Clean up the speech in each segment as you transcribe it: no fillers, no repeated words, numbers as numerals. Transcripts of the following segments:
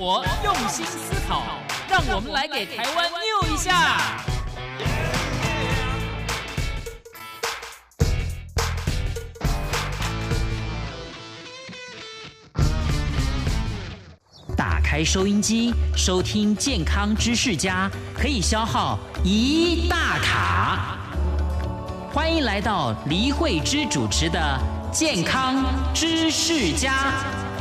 活，用心思考，让我们来给台湾 new 一下。打开收音机，收听健康知识家，可以消耗1大卡。欢迎来到黎慧芝主持的健康知识家。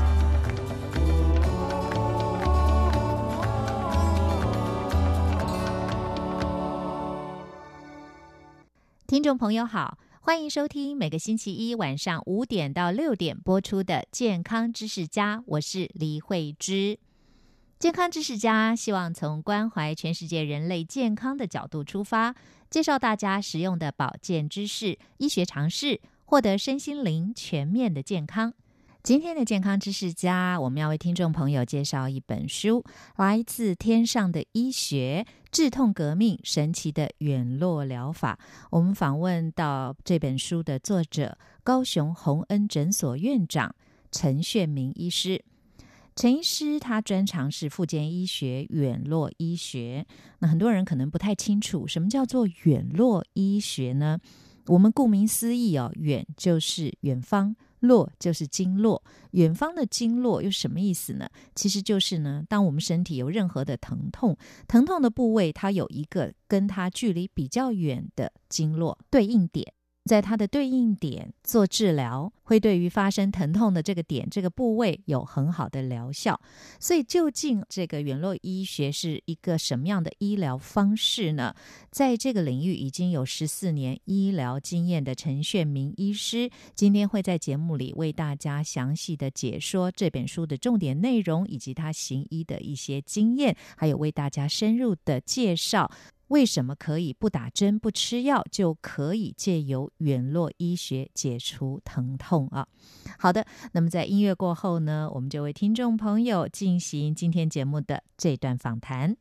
听众朋友好，欢迎收听每个星期一晚上5点到6点播出的健康知识家，我是黎慧芝。健康知识家希望从关怀全世界人类健康的角度出发，介绍大家实用的保健知识、医学常识，获得身心灵全面的健康。今天的健康知识家，我们要为听众朋友介绍一本书，来自天上的医学，治痛革命，神奇的远络疗法。我们访问到这本书的作者，高雄宏恩诊所院长陈炫明医师。陈医师他专长是复健医学、远络医学。那很多人可能不太清楚，什么叫做远络医学呢？我们顾名思义远就是远方，络就是经络。远方的经络又什么意思呢？其实就是呢，当我们身体有任何的疼痛的部位，它有一个跟它距离比较远的经络对应点，在它的对应点做治疗，会对于发生疼痛的这个点、这个部位有很好的疗效。所以究竟这个远络医学是一个什么样的医疗方式呢？在这个领域已经有14年医疗经验的陈炫明医师，今天会在节目里为大家详细的解说这本书的重点内容，以及他行医的一些经验，还有为大家深入的介绍为什么可以不打针不吃药就可以借由远络医学解除疼痛啊？好的，那么在音乐过后呢，我们就为听众朋友进行今天节目的这段访谈。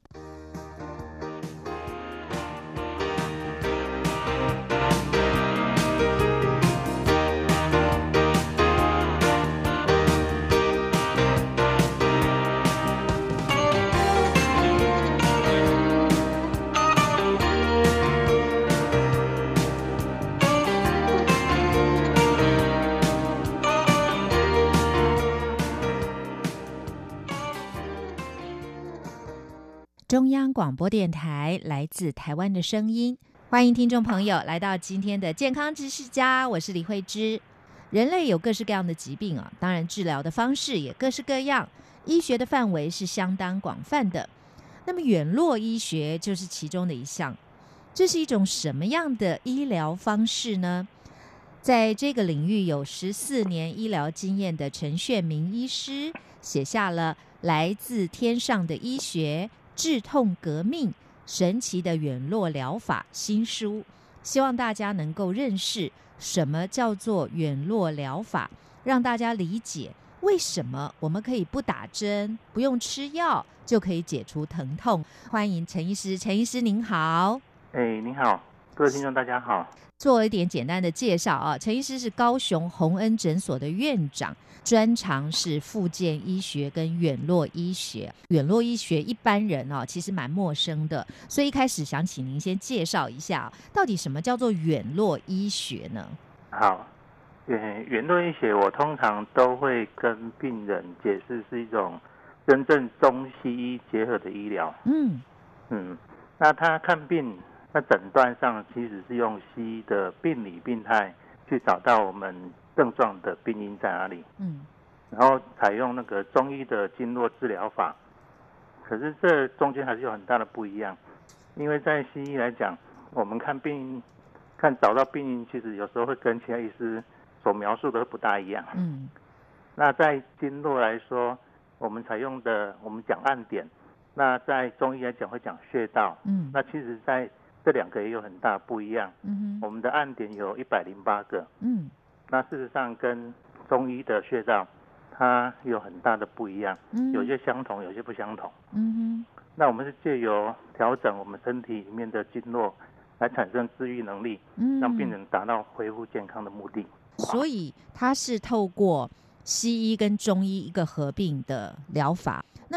中央广播电台来自台湾的声音，欢迎听众朋友来到今天的健康知识家，我是李慧芝。人类有各式各样的疾病当然治疗的方式也各式各样，医学的范围是相当广泛的。那么远络医学就是其中的一项。这是一种什么样的医疗方式呢？在这个领域有14年医疗经验的陈炫明医师写下了来自天上的医学，治痛革命，神奇的远络疗法新书，希望大家能够认识什么叫做远络疗法，让大家理解为什么我们可以不打针不用吃药就可以解除疼痛。欢迎陈医师。陈医师您好。 您好，各位听众大家好。 做一点简单的介绍陈医师是高雄宏恩诊所的院长，专长是复健医学跟远络医学。远络医学一般人其实蛮陌生的，所以一开始想请您先介绍一下到底什么叫做远络医学呢？ 好，远络医学我通常都会跟病人解释是一种真正中西医结合的医疗。那他看病，那诊断上其实是用西医的病理病态去找到我们症状的病因在哪里，然后采用那个中医的经络治疗法。可是这中间还是有很大的不一样，因为在西医来讲，我们看病因找到病因，其实有时候会跟其他医师所描述的不大一样。那在经络来说，我们采用的我们讲按点，那在中医来讲会讲穴道。那其实在这两个也有很大不一样。我们的按点有108个。那事实上跟中医的穴道它有很大的不一样，有些相同，有些不相同。那我们是借由调整我们身体里面的经络来产生治愈能力，让病人达到恢复健康的目的。 所以它是透过西医跟中医一个合并的疗法。那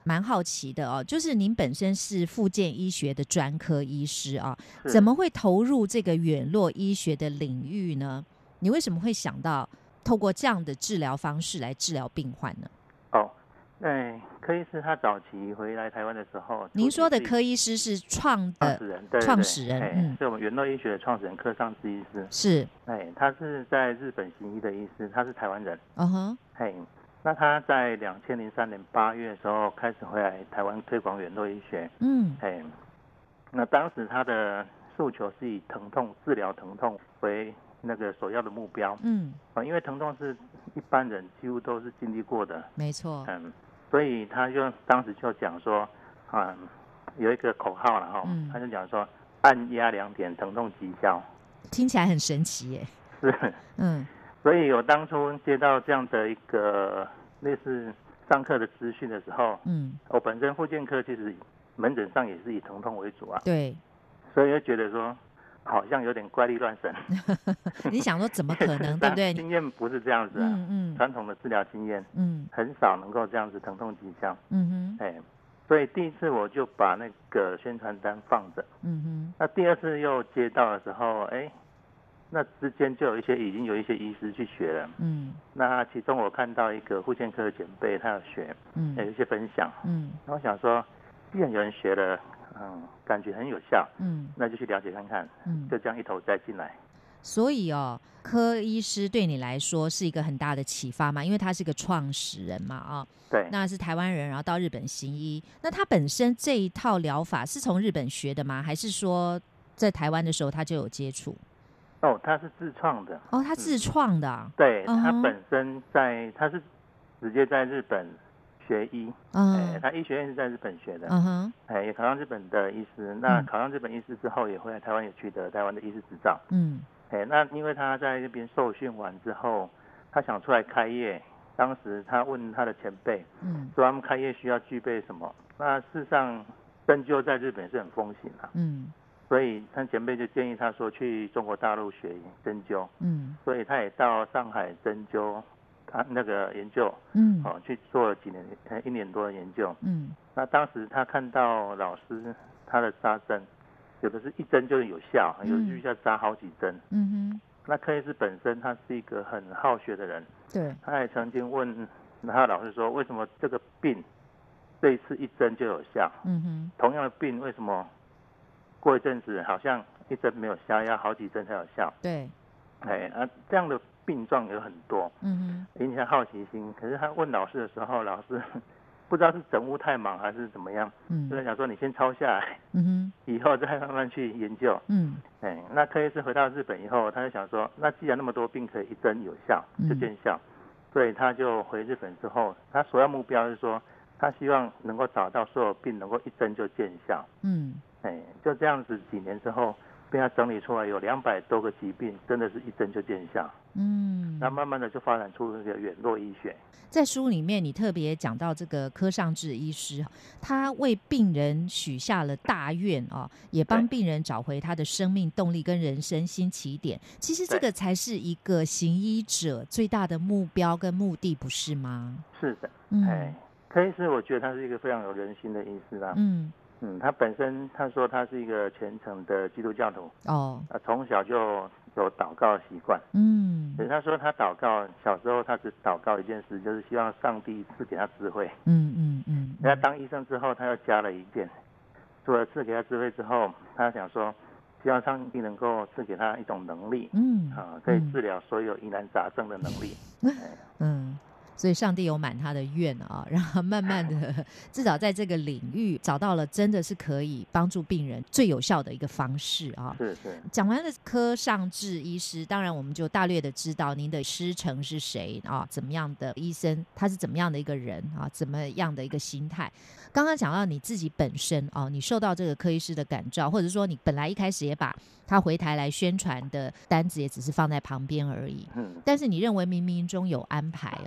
蛮好奇的哦，就是您本身是复健医学的专科医师啊，怎么会投入这个远络医学的领域呢？你为什么会想到透过这样的治疗方式来治疗病患呢？ 柯医师他早期回来台湾的时候， 您说的柯医师是创始人， 是我们远络医学的创始人柯尚志医师。 是， 他是在日本行医的医师，他是台湾人。 Uh-huh. 那他在2003年8月的时候开始回来台湾推广远络医学。那当时他的诉求是以治疗疼痛为那个首要的目标。因为疼痛是一般人几乎都是经历过的。 没错。 所以他就当时就讲说，有一个口号了哈，他就讲说按压2点疼痛即消， 听起来很神奇耶。 是，所以我当初接到这样的一个类似上课的资讯的时候，我本身复健科其实门诊上也是以疼痛为主啊， 对， 所以就觉得说好像有点怪力乱神。 你想说怎么可能，对不对？ 经验不是这样子啊，传统的治疗经验，很少能够这样子疼痛即消。所以第一次我就把那个宣传单放着。那第二次又接到的时候，那之间就已经有一些医师去学了。那其中我看到一个复健科的前辈，他有学，有一些分享。然后想说，既然有人学了，感觉很有效，那就去了解看看，就这样一头栽进来。 所以柯医师对你来说是一个很大的启发嘛，因为他是个创始人嘛， 对， 那是台湾人，然后到日本行医。那他本身这一套疗法是从日本学的吗？还是说在台湾的时候他就有接触？ 他是自创的。 他自创的啊？ 对，他本身他是直接在日本学医，他医学院是在日本学的，也考上日本的医师。那考上日本医师之后，也回来台湾，也取得台湾的医师执照。那因为他在那边受训完之后，他想出来开业。当时他问他的前辈，说他们开业需要具备什么？那事实上，针灸在日本是很风行啊。所以他前辈就建议他说去中国大陆学针灸。所以他也到上海针灸。那个研究，去做了1年多的研究。那当时他看到老师他的扎针，有的是一针就有效，有的需要扎好几针。那柯医师本身他是一个很好学的人， 对， 他也曾经问他的老师说，为什么这个病这一次一针就有效？同样的病为什么过一阵子好像一针没有效，要好几针才有效？ 对， 这样的病状有很多，引起他好奇心。可是他问老师的时候，老师不知道是诊务太忙还是怎么样，就是想说你先抄下来，以后再慢慢去研究。那柯医师回到日本以后，他就想说，那既然那么多病可以一针有效就见效，所以他就回日本之后，他首要目标是说，他希望能够找到所有病能够一针就见效。就这样子几年之后，被他整理出来有200多个疾病，真的是一针就见效。那慢慢的就发展出这个远络医学。 在书里面你特别讲到这个柯尚志医师，他为病人许下了大愿也帮病人找回他的生命动力跟人生新起点。其实这个才是一个行医者最大的目标跟目的，不是吗？ 是的。柯医师我觉得他是一个非常有人心的医师啦。他本身他说他是一个虔诚的基督教徒。从小就有祷告的习惯。所以他说他祷告，小时候他只祷告一件事，就是希望上帝赐给他智慧。那当医生之后，他又加了一件，除了赐给他智慧之后，他想说希望上帝能够赐给他一种能力，可以治疗所有疑难杂症的能力。 所以上帝有满他的愿让他慢慢的至少在这个领域找到了真的是可以帮助病人最有效的一个方式是。 讲完了柯尚志医师，当然我们就大略的知道您的师承是谁怎么样的医生，他是怎么样的一个人怎么样的一个心态。刚刚讲到你自己本身你受到这个柯医师的感召，或者说你本来一开始也把他回台来宣传的单子也只是放在旁边而已，但是你认为冥冥中有安排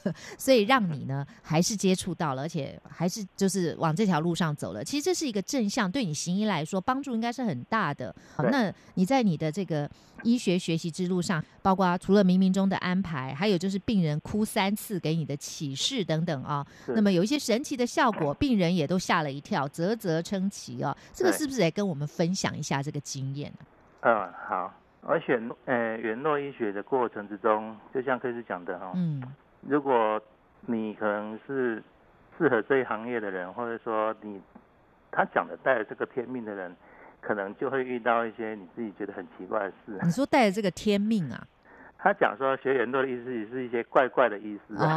所以让你呢还是接触到了，而且还是就是往这条路上走了。其实这是一个正向，对你行医来说帮助应该是很大的。那你在你的这个医学学习之路上，包括除了冥冥中的安排，还有就是病人哭3次给你的启示等等啊，那么有一些神奇的效果，病人也都吓了一跳，啧啧称奇啊。这个是不是也跟我们分享一下这个经验呢？ 好。而且远络医学的过程之中，就像科师讲的如果你可能是适合这一行业的人，或者说他讲的带着这个天命的人，可能就会遇到一些你自己觉得很奇怪的事。 你说带着这个天命啊？ 他讲说学远络的意思也是一些怪怪的意思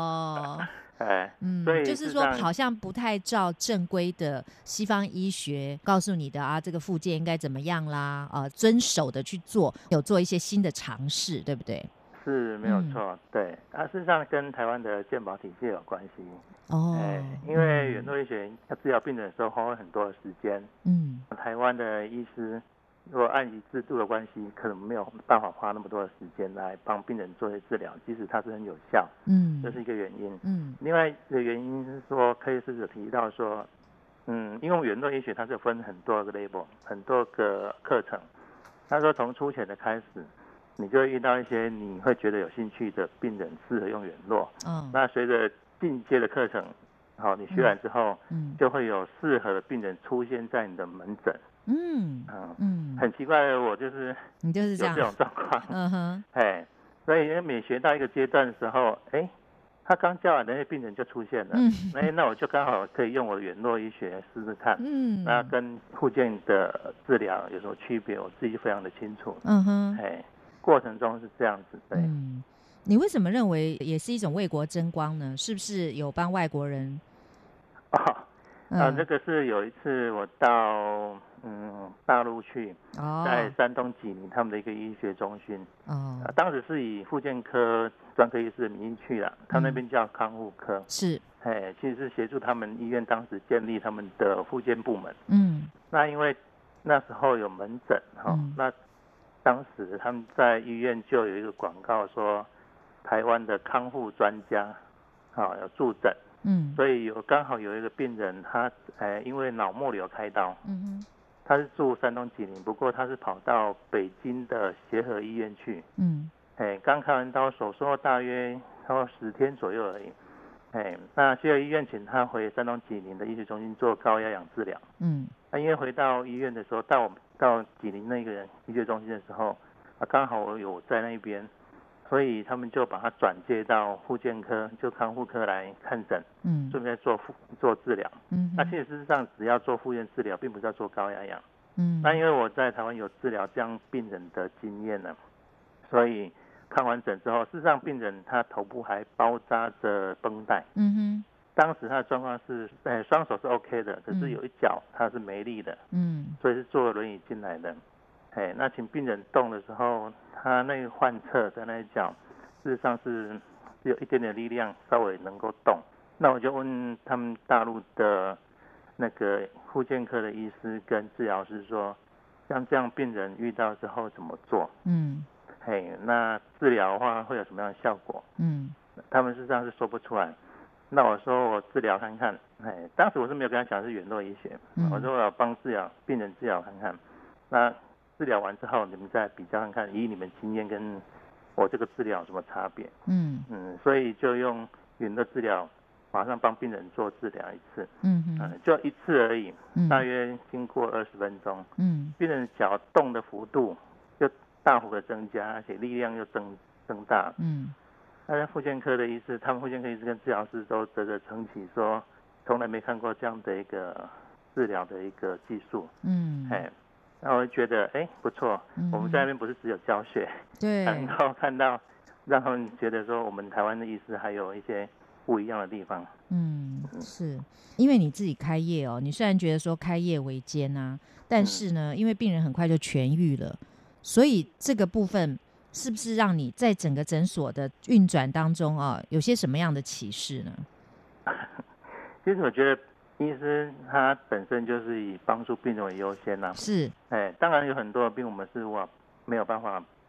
所以就是说好像不太照正规的西方医学告诉你的啊，这个复健应该怎么样啦，遵守的去做，有做一些新的尝试，对不对？ 是没有错，对。事实上跟台湾的健保体系有关系因为远络医学要治疗病人的时候花很多的时间，台湾的医师如果按于制度的关系，可能没有办法花那么多的时间来帮病人做一些治疗，即使它是很有效，这是一个原因。另外一个原因是说，科医师有提到说，因为远络医学它是分很多个 label， 很多个课程。他说从初浅的开始，你就会遇到一些你会觉得有兴趣的病人适合用远络。那随着进阶的课程，你学完之后，就会有适合的病人出现在你的门诊。很奇怪的，你就是这样有这种状况。所以每学到一个阶段的时候，他刚教完那些病人就出现了。那我就刚好可以用我的远络医学试试看。那跟复健的治疗有什么区别，我自己非常的清楚。过程中是这样子。对。 你为什么认为也是一种为国争光呢？是不是有帮外国人？ 这个是有一次我到大陆去，在山东济宁他们的一个医学中心。当时是以复健科专科医师的名义去了，他们那边叫康复科。 是。 其实是协助他们医院当时建立他们的复健部门。那因为那时候有门诊那当时他们在医院就有一个广告说，台湾的康复专家有驻诊。所以刚好有一个病人，他因为脑膜瘤开刀，他是住山东济宁，不过他是跑到北京的协和医院去，刚开完刀，手术后大约差不多10天左右而已。那协和医院请他回山东济宁的医学中心做高压氧治疗。那因为回到医院的时候，到济宁那个医学中心的时候，刚好我有在那边。所以他们就把他转介到复健科，就康复科来看诊，顺便做治疗。那其实事实上只要做复健治疗，并不是要做高压氧。那因为我在台湾有治疗这样病人的经验呢，所以看完诊之后，事实上病人他头部还包扎着绷带。当时他的状况是，双手是 OK 的，可是有一脚他是没力的，所以是坐轮椅进来的。那请病人动的时候，他那个患侧的那一脚，事实上是有一点点力量，稍微能够动。那我就问他们大陆的那个复健科的医师跟治疗师说，像这样病人遇到之后怎么做？那治疗的话会有什么样的效果？他们事实上是说不出来。那我说我治疗看看，当时我是没有跟他讲是远络医学，我说我要帮病人治疗看看。那治疗完之后，你们再比较看看，以你们经验跟我这个治疗有什么差别？所以就用远络治疗，马上帮病人做治疗一次。就一次而已，大约经过20分钟，病人脚动的幅度就大幅的增加，而且力量又增大。那复健科的医师，他们复健科医师跟治疗师都啧啧称奇，说从来没看过这样的一个治疗的一个技术。那我就觉得不错，我们在那边不是只有教学， 对， 能够看到让他们觉得说我们台湾的医师还有一些不一样的地方。 是因为你自己开业你虽然觉得说开业维艰啊，但是呢，因为病人很快就痊愈了，所以这个部分是不是让你在整个诊所的运转当中有些什么样的启示呢？ 其实我觉得医师他本身就是以帮助病人为优先是，当然有很多的病我们是没有办法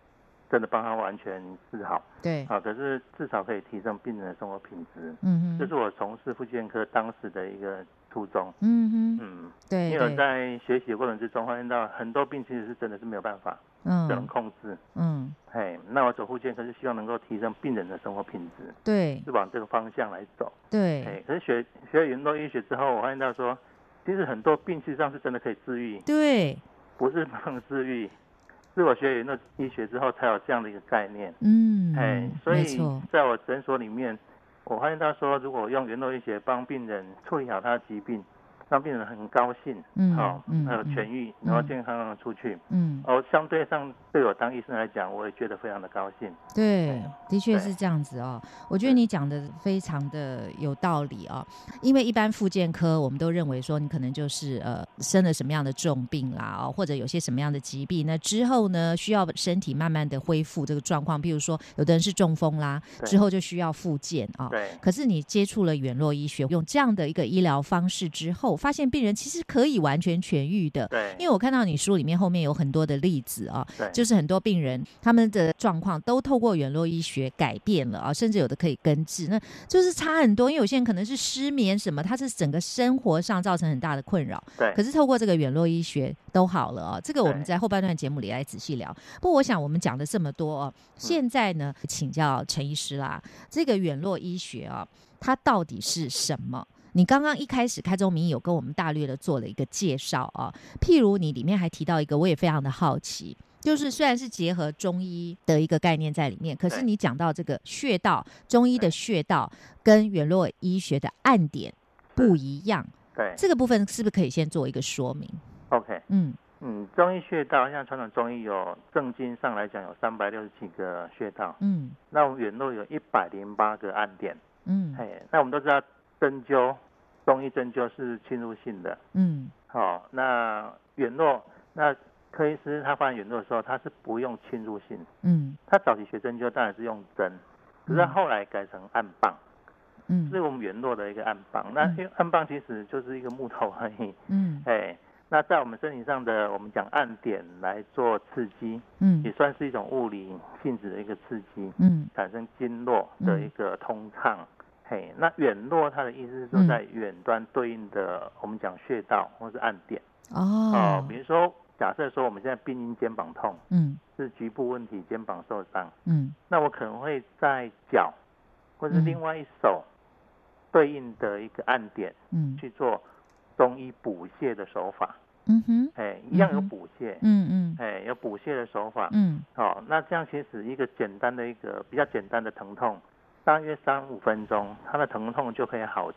真的帮他完全治好， 对， 可是至少可以提升病人的生活品质。这是我从事复健科当时的一个初衷。对，因为我在学习的过程之中发现到很多病其实是真的是没有办法，只能控制。那我走复健科是希望能够提升病人的生活品质， 对， 是往这个方向来走。 对， 可是学云络医学之后，我发现到说，其实很多病事实上是真的可以治愈， 对， 不是不能治愈。是我学云络医学之后才有这样的一个概念。所以在我诊所里面，我发现到说，如果用云络医学帮病人处理好他的疾病，让病人很高兴，还有痊愈，然后健康的出去，相对上对我当医生来讲，我也觉得非常的高兴。 对，的确是这样子哦。我觉得你讲的非常的有道理哦。因为一般复健科我们都认为说，你可能就是生了什么样的重病啦，或者有些什么样的疾病，那之后呢需要身体慢慢的恢复这个状况，比如说有的人是中风啦，之后就需要复健啊。可是你接触了远络医学，用这样的一个医疗方式之后，发现病人其实可以完全痊愈的。因为我看到你书里面后面有很多的例子啊，就是很多病人他们的状况都透过远络医学改变了啊，甚至有的可以根治，那就是差很多。因为有些人可能是失眠什么，他是整个生活上造成很大的困扰，可是透过这个远络医学都好了啊。这个我们在后半段节目里来仔细聊。不过我想我们讲的这么多啊，现在呢请教陈医师啦，这个远络医学啊，它到底是什么？你刚刚一开始开宗明义有跟我们大略的做了一个介绍啊，譬如你里面还提到一个，我也非常的好奇，就是虽然是结合中医的一个概念在里面，可是你讲到这个穴道，中医的穴道跟远络医学的按点不一样，这个部分是不是可以先做一个说明 ？OK， 中医穴道像传统中医有正经上来讲有360几个穴道，那我们远络有108个按点，那我们都知道针灸，中医针灸是侵入性的，那远络，那柯医师他发现远络的时候，他是不用侵入性，他早期学针灸当然是用针，可是他后来改成按棒，是我们远络的一个按棒，那因为按棒其实就是一个木头而已，那在我们身体上的我们讲按点来做刺激，也算是一种物理性质的一个刺激，产生经络的一个通畅。那远络它的意思是说在远端对应的我们讲穴道或是按点比如说假设说我们现在病因肩膀痛，是局部问题，肩膀受伤，那我可能会在脚或是另外一手对应的一个按点，去做中医补泻的手法，一样有补泻，有补泻的手法，那这样其实一个比较简单的疼痛，大约3-5分钟，它的疼痛就可以好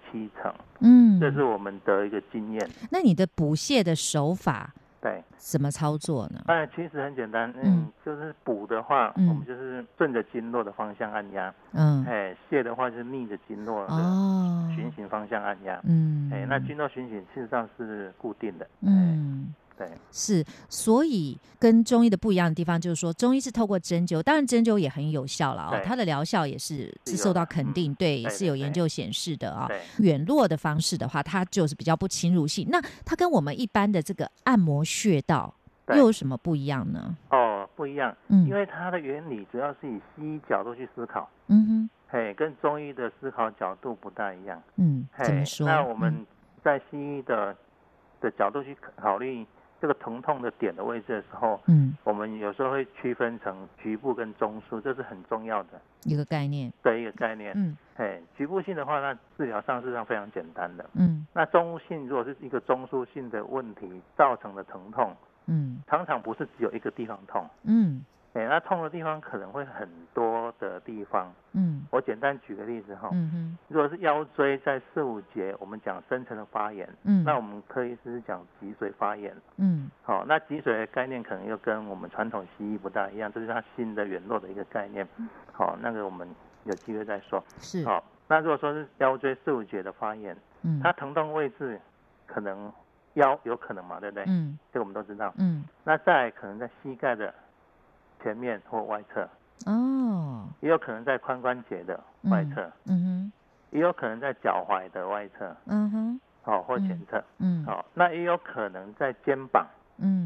70%，这是我们的一个经验。 那你的补泻的手法怎么操作呢？ 其实很简单，就是补的话，我们就是顺着经络的方向按压，泻的话就是逆着经络的循行方向按压，那经络循行事实上是固定的， 是，所以跟中医的不一样的地方就是说，中医是透过针灸，当然针灸也很有效了它的疗效也是受到肯定，是有研究显示的远络的方式的话，它就是比较不侵入性。那它跟我们一般的这个按摩穴道又有什么不一样呢？ 不一样，因为它的原理主要是以西医角度去思考，跟中医的思考角度不大一样。 怎么说？ 那我们在西医的角度去考虑这个疼痛的点的位置的时候，我们有时候会区分成局部跟中枢，这是很重要的一个概念。 局部性的话，那治疗上是非常简单的。那中枢性如果是一个中枢性的问题造成的疼痛，常常不是只有一个地方痛。那痛的地方可能会很多的地方。我简单举个例子如果是腰椎在4-5节，我们讲深层的发炎，那我们柯医师是讲脊髓发炎。那脊髓的概念可能又跟我们传统西医不大一样，这是它新的远络的一个概念。那个我们有机会再说。 是。 那如果说是腰椎4-5节的发炎，它疼痛位置可能腰有可能嘛，对不对？这个我们都知道。那再来可能在膝盖的前面或外侧，也有可能在髋关节的外侧，也有可能在脚踝的外侧，或前侧，那也有可能在肩膀，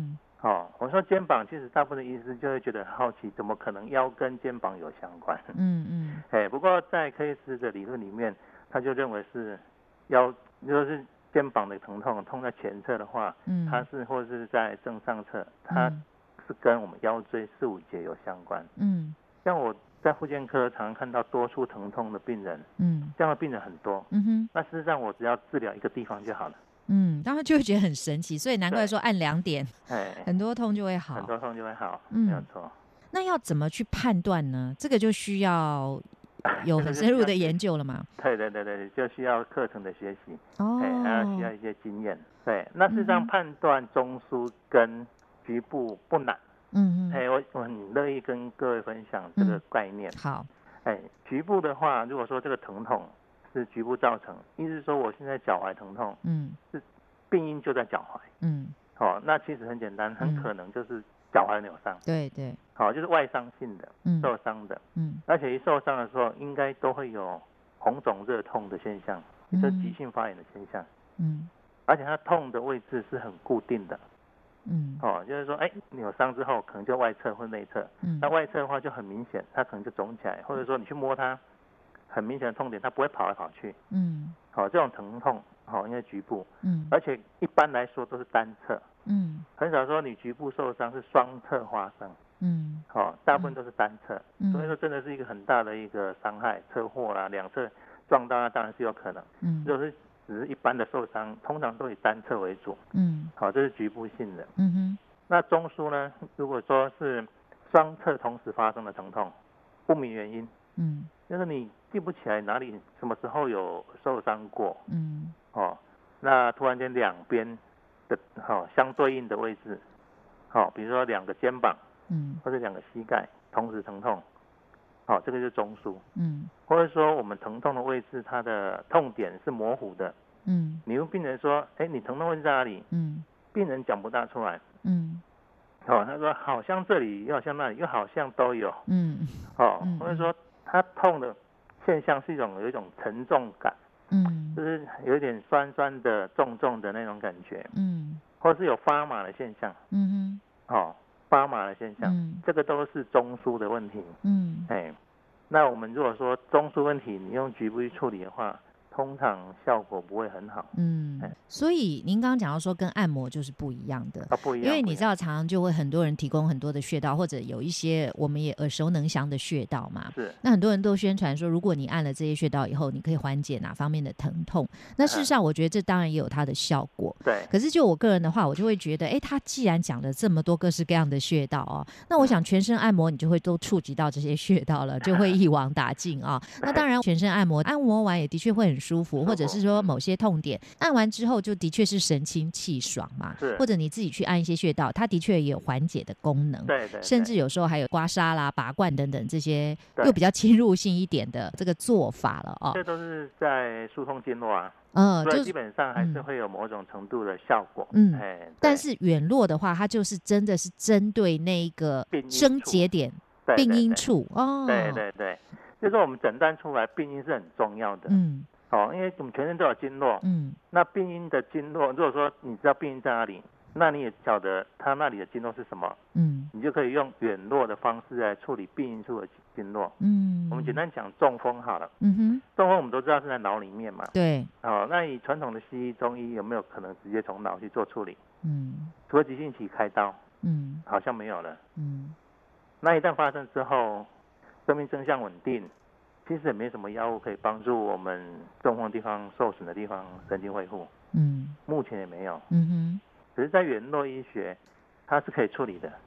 我说肩膀，其实大部分的医师就会觉得很好奇，怎么可能腰跟肩膀有相关？不过在柯医师的理论里面，他就认为是腰，就是肩膀的疼痛在前侧的话，它是或是在正上侧，它是跟我们腰椎4、5节有相关。像我在复健科常常看到多处疼痛的病人，这样的病人很多。那事实上我只要治疗一个地方就好了。 他们就会觉得很神奇，所以难怪说按2点，很多痛就会好， 很多痛就会好，没有错。 那要怎么去判断呢？这个就需要有很深入的研究了嘛？ 对，就需要课程的学习，还需要一些经验。对，那事实上判断中枢跟局部不难。我很乐意跟各位分享这个概念。 好， 局部的话，如果说这个疼痛是局部造成，意思是说我现在脚踝疼痛，是病因就在脚踝，那其实很简单，很可能就是脚踝扭伤， 对， 就是外伤性的，受伤的，而且一受伤的时候，应该都会有红肿热痛的现象，就是急性发炎的现象，而且它痛的位置是很固定的，就是说，扭伤之后可能就外侧或内侧，那外侧的话就很明显，它可能就肿起来，或者说你去摸它。很明显的痛点，它不会跑来跑去。这种疼痛，因为局部，而且一般来说都是单侧，很少说你局部受伤是双侧发生，大部分都是单侧，所以说真的是一个很大的一个伤害，车祸啦，两侧撞到当然是有可能，如果是只是一般的受伤，通常都以单侧为主，这是局部性的。那中枢呢，如果说是双侧同时发生的疼痛，不明原因，就是你记不起来哪里什么时候有受伤过，那突然间两边的相对应的位置，比如说2个肩膀，或者2个膝盖同时疼痛，这个就是中枢，或者说我们疼痛的位置它的痛点是模糊的，你问病人说，你疼痛位置在哪里？病人讲不大出来，他说好像这里又好像那里又好像都有，或者说他痛的现象是有一种沉重感，就是有一点酸酸的重重的那种感觉，或是有发麻的现象，发麻的现象，这个都是中枢的问题，那我们如果说中枢问题你用局部去处理的话，通常效果不会很好。 所以您刚刚讲到说跟按摩就是不一样的， 不一样， 因为你知道常常就会很多人提供很多的穴道，或者有一些我们也耳熟能详的穴道嘛。 是。 那很多人都宣传说，如果你按了这些穴道以后，你可以缓解哪方面的疼痛。那事实上，我觉得这当然也有它的效果。 对。 可是就我个人的话，我就会觉得，他既然讲了这么多各式各样的穴道哦，那我想全身按摩你就会都触及到这些穴道了，就会一网打尽啊。那当然，全身按摩完也的确会很舒服，或者是说某些痛点按完之后就的确是神清气爽嘛，或者你自己去按一些穴道，它的确也有缓解的功能， 对， 甚至有时候还有刮痧啦、拔罐等等这些又比较侵入性一点的这个做法了哦。 这都是在疏通经络啊，所以基本上还是会有某种程度的效果。 但是远络的话，它就是真的是针对那个症结点、病因处哦。 对，就是说我们诊断出来病因是很重要的。因为我们全身都有经络，那病因的经络，如果说你知道病因在哪里，那你也晓得它那里的经络是什么，你就可以用远络的方式来处理病因处的经络。我们简单讲中风好了，中风我们都知道是在脑里面嘛， 对， 那以传统的西医、中医有没有可能直接从脑去做处理？除了急性期开刀，好像没有了。那一旦发生之后，生命征象稳定。其实也没什么药物可以帮助我们中风地方受损的地方神经恢复，目前也没有，只是在远络医学，它是可以处理的，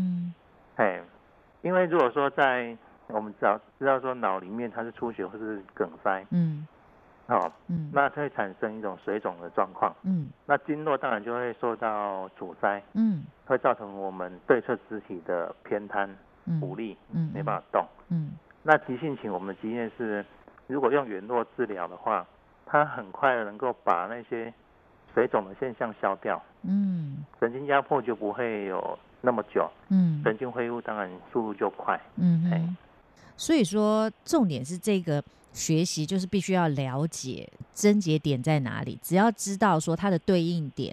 因为如果说在我们知道说脑里面它是出血或是梗塞，那它会产生一种水肿的状况，那经络当然就会受到阻塞，会造成我们对侧肢体的偏瘫、无力，没办法动，那急性期我们的经验是，如果用远络治疗的话，它很快能够把那些水肿的现象消掉，神经压迫就不会有那么久，神经恢复当然速度就快， 所以说重点是这个学习就是必须要了解症结点在哪里，只要知道说它的对应点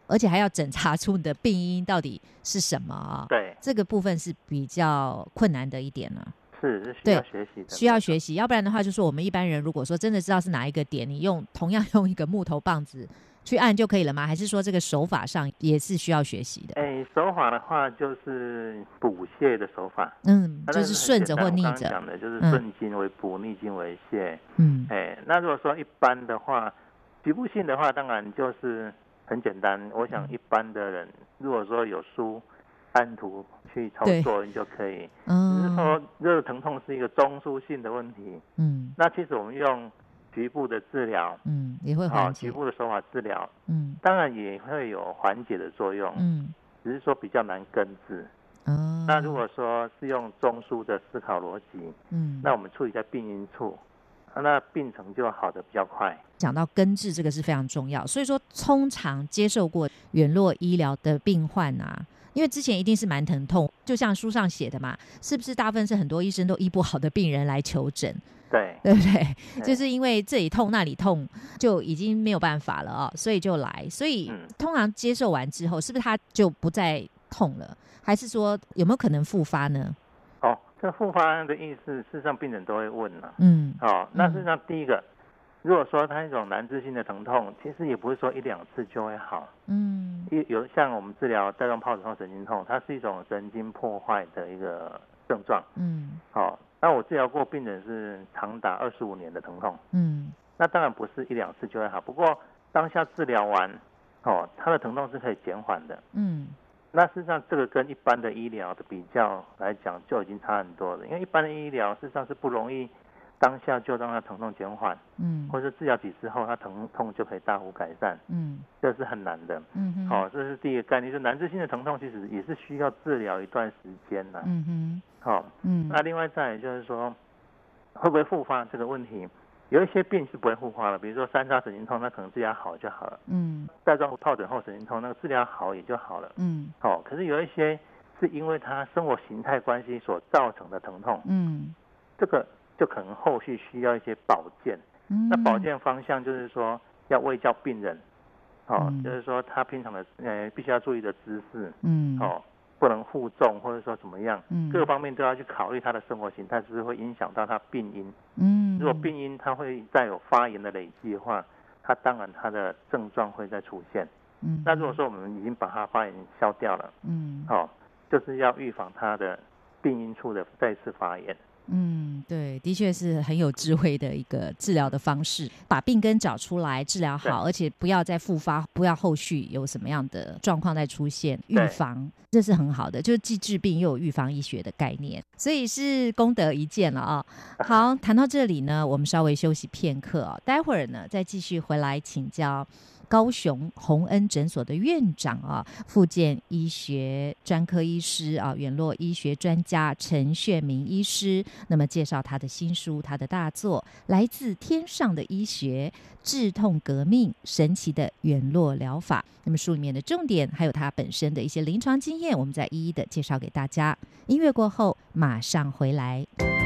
而且还要检查出你的病因到底是什么。 对， 这个部分是比较困难的一点呢。 是需要学习的， 需要学习，要不然的话，就是我们一般人如果说真的知道是哪一个点，你同样用一个木头棒子去按就可以了吗？还是说这个手法上也是需要学习的？ 手法的话就是补泻的手法， 就是顺着或逆着。 我刚刚讲的就是顺经为补，逆经为泻。那如果说一般的话，局部性的话，当然就是很简单。我想一般的人，如果说有书按图去操作，你就可以。只是说热疼痛是一个中枢性的问题。那其实我们用局部的治疗， 也会缓解。 局部的手法治疗，当然也会有缓解的作用。只是说比较难根治。那如果说是用中枢的思考逻辑，那我们处理在病因处，那病程就好的比较快。 讲到根治，这个是非常重要。所以说，通常接受过远络医疗的病患啊，因为之前一定是蛮疼痛，就像书上写的嘛，是不是大部分是很多医生都医不好的病人来求诊？对不对？就是因为这里痛那里痛，就已经没有办法了所以就来。所以通常接受完之后，是不是他就不再痛了？还是说有没有可能复发呢？ 这复发的意思，事实上病人都会问了。那事实上第一个，如果说他一种难治性的疼痛，其实也不是说1-2次就会好。有像我们治疗带状疱疹后神经痛，它是一种神经破坏的一个症状。那我治疗过病人是长达25年的疼痛。那当然不是1-2次就会好，不过当下治疗完，他的疼痛是可以减缓的。那事实上这个跟一般的医疗的比较来讲就已经差很多了，因为一般的医疗事实上是不容易当下就让他疼痛减缓，或者治疗几次后他疼痛就可以大幅改善，这是很难的。这是第一个概念，就是难治性的疼痛其实也是需要治疗一段时间的。那另外再来就是说会不会复发这个问题，有一些病是不会复发的，比如说三叉神经痛，那可能治疗好就好了。带状疱疹后神经痛，那个治疗好也就好了。可是有一些是因为他生活形态关系所造成的疼痛。这个就可能后续需要一些保健。那保健方向就是说要卫教病人，就是说他平常的必须要注意的姿势，不能负重或者说怎么样，各个方面都要去考虑他的生活形态是不是会影响到他病因。如果病因他会再有发炎的累积的话，他当然他的症状会再出现。那如果说我们已经把他发炎消掉了，就是要预防他的病因处的再次发炎。 对，的确是很有智慧的一个治疗的方式，把病根找出来治疗好，而且不要再复发，不要后续有什么样的状况再出现，预防，这是很好的，就是既治病又有预防医学的概念，所以是功德一件了好，谈到这里呢，我们稍微休息片刻待会儿呢再继续回来请教高雄洪恩诊所的院长复健医学专科医师远络医学专家陈炫明医师，那么介绍他的新书，他的大作来自天上的医学，治痛革命，神奇的远络疗法。那么书里面的重点还有他本身的一些临床经验，我们再一一的介绍给大家。音乐过后马上回来。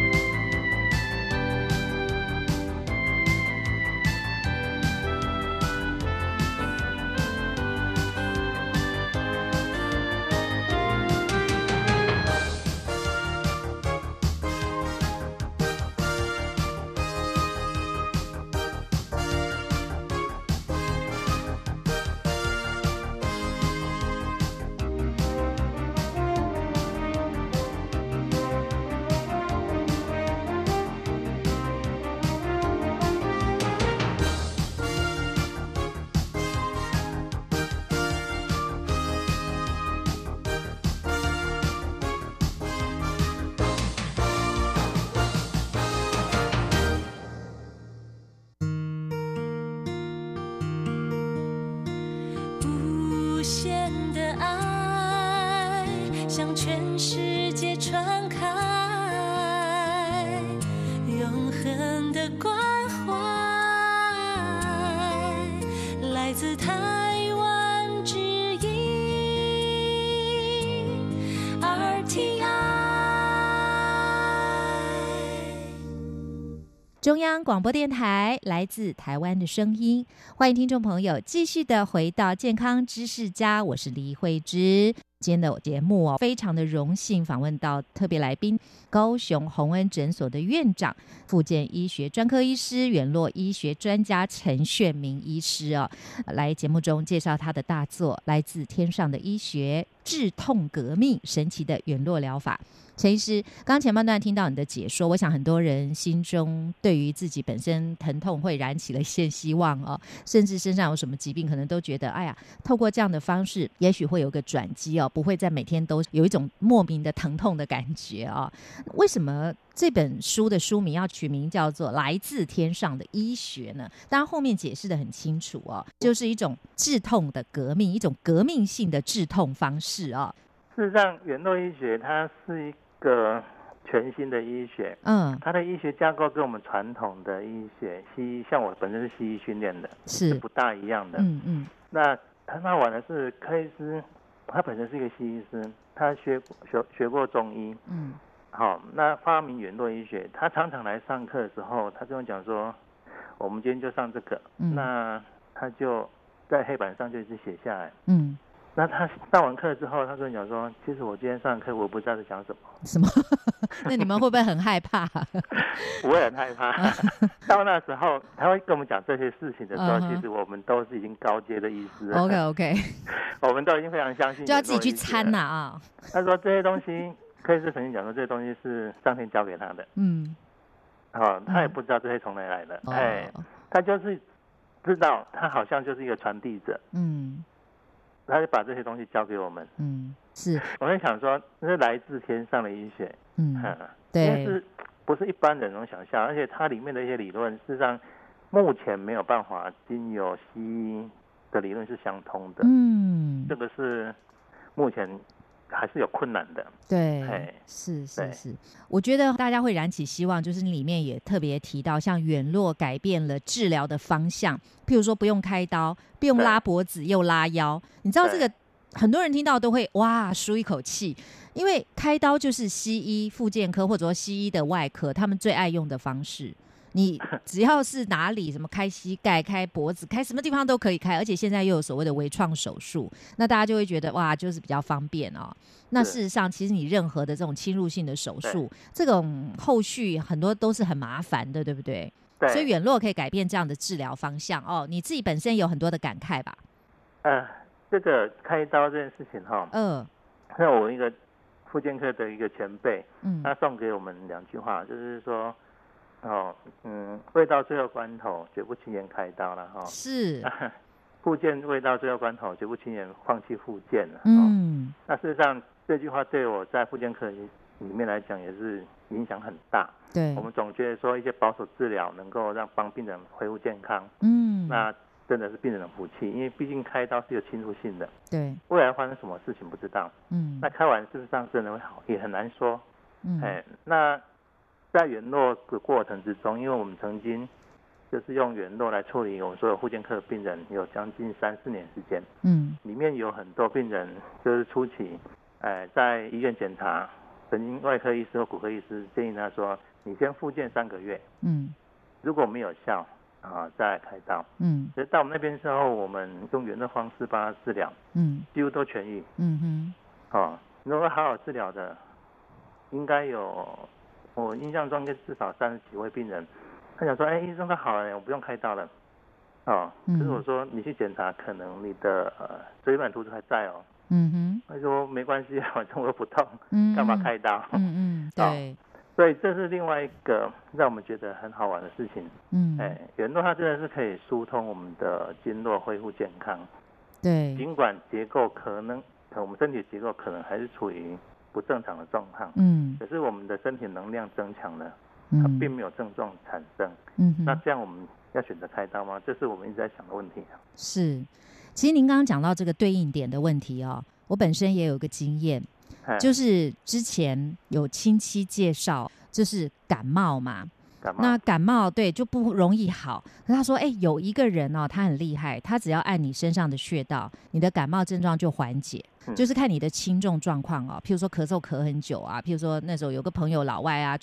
向全世界传开，永恒的关怀来自台湾之音 RTI。 中中央广播电台来自台湾的声音，欢迎听众朋友继续的回到健康知识家，我是李慧芝。今天的节目非常的荣幸访问到特别来宾，高雄宏恩诊所的院长、复健医学专科医师、远络医学专家陈炫明医师来节目中介绍他的大作《来自天上的医学：治痛革命，神奇的远络疗法》。陈医师，刚刚前半段听到你的解说，我想很多人心中对于自己本身疼痛会燃起了一线希望甚至身上有什么疾病可能都觉得哎呀，透过这样的方式也许会有个转机不会再每天都有一种莫名的疼痛的感觉为什么这本书的书名要取名叫做《来自天上的医学》呢？当然后面解释得很清楚就是一种治痛的革命，一种革命性的治痛方式事实上，远络医学它是一个全新的医学，它的医学架构跟我们传统的医学西医，像我本身是西医训练的，是不大一样的。那很好玩的是，柯医师他本身是一个西医师，他学过中医，那发明远络医学，他常常来上课的时候，他跟我讲说，我们今天就上这个，那他就在黑板上就一直写下来，那他上完课之后，他跟我讲说，其实我今天上课我不知道在讲什么。 什么？那你们会不会很害怕？ 不会很害怕。到那时候他会跟我们讲这些事情的时候，其实我们都是已经高阶的医师了。 OK 我们都已经非常相信， 就要自己去参啊。 他说这些东西，柯医师曾经讲说，这些东西是上天教给他的。他也不知道这些从哪里来的。他就是知道，他好像就是一个传递者。他就把这些东西交给我们。是。我在想说，这是来自天上的医学。对。因为是不是一般人能想象，而且它里面的一些理论，事实上目前没有办法经由西医的理论是相通的。这个是目前还是有困难的。对， 是。我觉得大家会燃起希望，就是里面也特别提到，像远络改变了治疗的方向，譬如说不用开刀，不用拉脖子又拉腰。你知道这个很多人听到都会哇舒一口气，因为开刀就是西医复健科或者说西医的外科他们最爱用的方式。你只要是哪里什么开膝盖、开脖子、开什么地方都可以开，而且现在又有所谓的微创手术，那大家就会觉得哇，就是比较方便那事实上，其实你任何的这种侵入性的手术，这种后续很多都是很麻烦的，对不对？所以远络可以改变这样的治疗方向你自己本身有很多的感慨吧？ 这个开刀这件事情那我一个复健科的一个前辈，他送给我们2句话，就是说。未到最后关头，绝不轻言开刀了是，复健未到最后关头，绝不轻言放弃复健了。那事实上这句话对我在复健科里面来讲也是影响很大。对，我们总觉得说一些保守治疗能够帮病人恢复健康。那真的是病人的福气，因为毕竟开刀是有侵入性的。对，未来发生什么事情不知道。那开完事实上真的会好，也很难说。那。在远络的过程之中，因为我们曾经就是用远络来处理我们所有复健科的病人，有将近3-4年时间。里面有很多病人就是初期，在医院检查，神经外科医师或骨科医师建议他说，你先复健3个月。如果没有效再来开刀。所以到我们那边之后，我们用远络方式帮他治疗，几乎都痊愈。如果好好治疗的，应该有。我印象中应该至少30几位病人，他想说，医生他好了，我不用开刀了，可是我说你去检查，可能你的椎板突出还在他说没关系，反正我又不痛，干嘛开刀？对，所以这是另外一个让我们觉得很好玩的事情。远络它真的是可以疏通我们的经络，恢复健康。对，尽管结构可能我们身体结构可能还是处于不正常的状况，可是我们的身体能量增强了，它并没有症状产生。那这样我们要选择开刀吗？这是我们一直在想的问题。是，其实您刚刚讲到这个对应点的问题我本身也有个经验，就是之前有亲戚介绍，就是感冒嘛。那感冒对就不容易好，可他说有一个人他很厉害，他只要按你身上的穴道，你的感冒症状就缓解。就是看你的轻重状况譬如说咳嗽咳很久譬如说那时候有个朋友老外去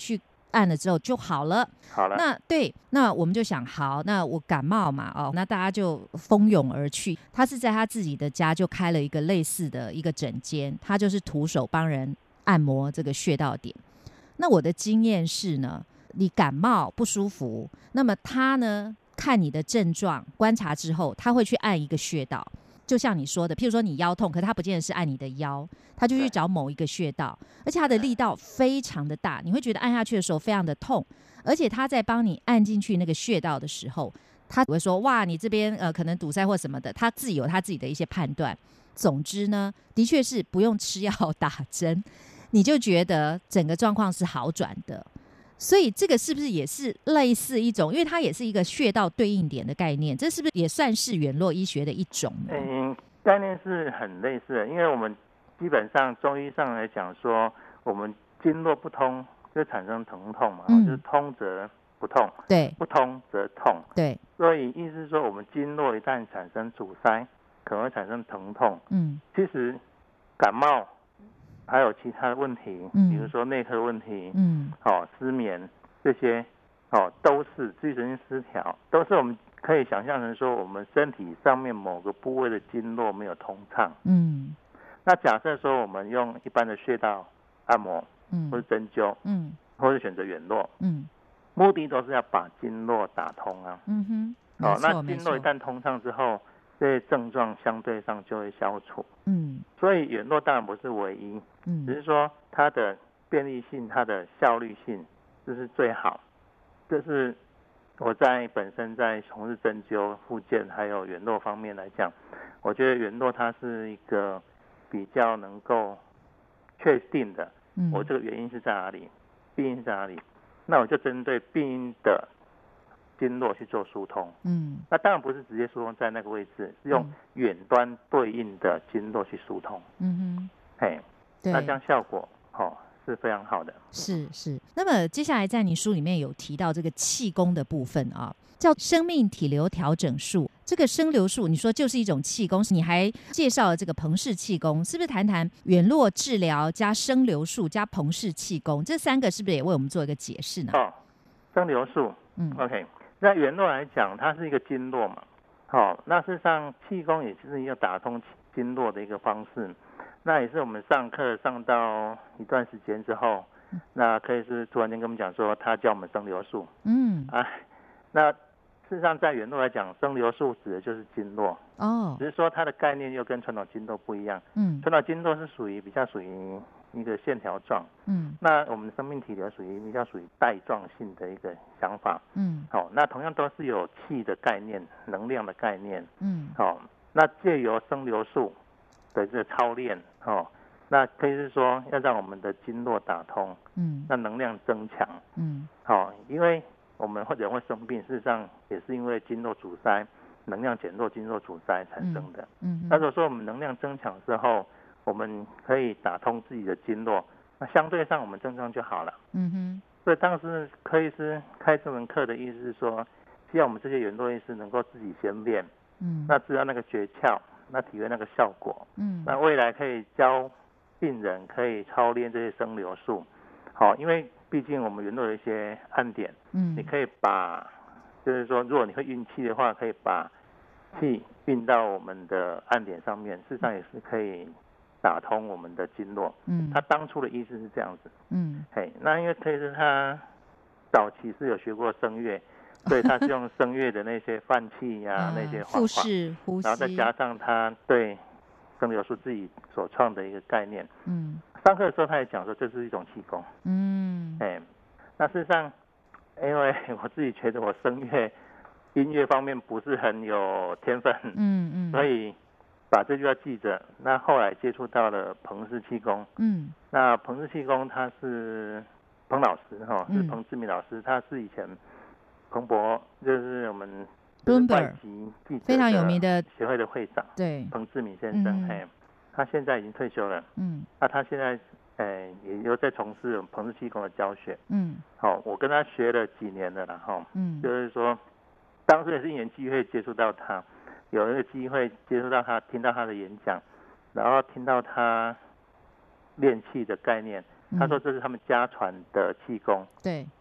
按了之后就好了。 好了， 那我们就想，好，那我感冒嘛，那大家就蜂拥而去。他是在他自己的家就开了一个类似的一个诊间，他就是徒手帮人按摩这个穴道点。那我的经验是呢，你感冒不舒服，那么他呢看你的症状观察之后，他会去按一个穴道。就像你说的，譬如说你腰痛，可是他不见得是按你的腰，他就去找某一个穴道，而且他的力道非常的大，你会觉得按下去的时候非常的痛，而且他在帮你按进去那个穴道的时候，他不会说哇你这边可能堵塞或什么的，他自己有他自己的一些判断。总之呢，的确是不用吃药打针，你就觉得整个状况是好转的。所以这个是不是也是类似一种，因为它也是一个穴道对应点的概念，这是不是也算是远络医学的一种呢？ 概念是很类似的，因为我们基本上中医上来讲说，我们经络不通就产生疼痛嘛，就是通则不痛， 对， 不通则痛， 对， 所以意思是说，我们经络一旦产生阻塞，可能会产生疼痛。其实感冒还有其他的问题，比如说内科问题，失眠这些，都是自律神经失调，都是我们可以想象成说我们身体上面某个部位的经络没有通畅。那假设说我们用一般的穴道按摩，或者针灸，或者选择远络，目的都是要把经络打通啊。那经络一旦通畅之后，这些症状相对上就会消除。所以远络当然不是唯一，只是说它的便利性、它的效率性就是最好。这是我本身在从事针灸、复健还有远络方面来讲，我觉得远络它是一个比较能够确定的，我这个原因是在哪里，病因是在哪里，那我就针对病因的经络去做疏通。那当然不是直接疏通在那个位置，是用远端对应的经络去疏通。那这样效果是非常好的。 是。那么接下来在你书里面有提到这个气功的部分啊，叫生命体流调整术。这个生流术你说就是一种气功，你还介绍了这个彭氏气功，是不是谈谈远络治疗加生流术加彭氏气功这三个是不是也为我们做一个解释呢？ 生流术，OK， 那远络来讲它是一个经络嘛，那事实上气功也是一个打通经络的一个方式。那也是我们上课上到一段时间之后，那可以是突然间跟我们讲说他教我们生流术。那事实上在远络来讲，生流术指的就是经络，只是说它的概念又跟传统经络不一样。传统经络是比较属于一个线条状，那我们的生命体流比较属于带状性的一个想法。那同样都是有气的概念、能量的概念。那借由生流术的这个操练，那可以是说要让我们的经络打通，那能量增强，因为我们人会生病，事实上也是因为经络阻塞、能量减弱、经络阻塞产生的。那如果说我们能量增强之后，我们可以打通自己的经络，那相对上我们症状就好了。所以当时柯医师开这门课的意思是说，希望我们这些远络医师能够自己先练，那知道那个诀窍，那体会那个效果，那未来可以教病人可以操练这些生流术。因为毕竟我们远络有一些按点，你可以就是说如果你会运气的话，可以把气运到我们的按点上面，事实上也是可以打通我们的经络。他当初的意思是这样子。那因为其实他早期是有学过声乐，所以他是用声乐的那些泛气啊那些方法， 呼吸， 然后再加上他对生流术自己所创的一个概念。上课的时候他也讲说这是一种气功。那事实上因为我自己觉得我声乐音乐方面不是很有天分，所以把这句话记着。那后来接触到了彭氏气功，那彭氏气功他是彭老师是彭志明老师，他是以前彭博就是我们外籍记者非常有名的协会的会长，对，彭志明先生。他现在已经退休了，那他现在也有在从事彭氏气功的教学。我跟他学了几年了啦，就是说当时也是因缘机会接触到他，有一个机会接触到他，听到他的演讲，然后听到他练气的概念。他说这是他们家传的气功，对，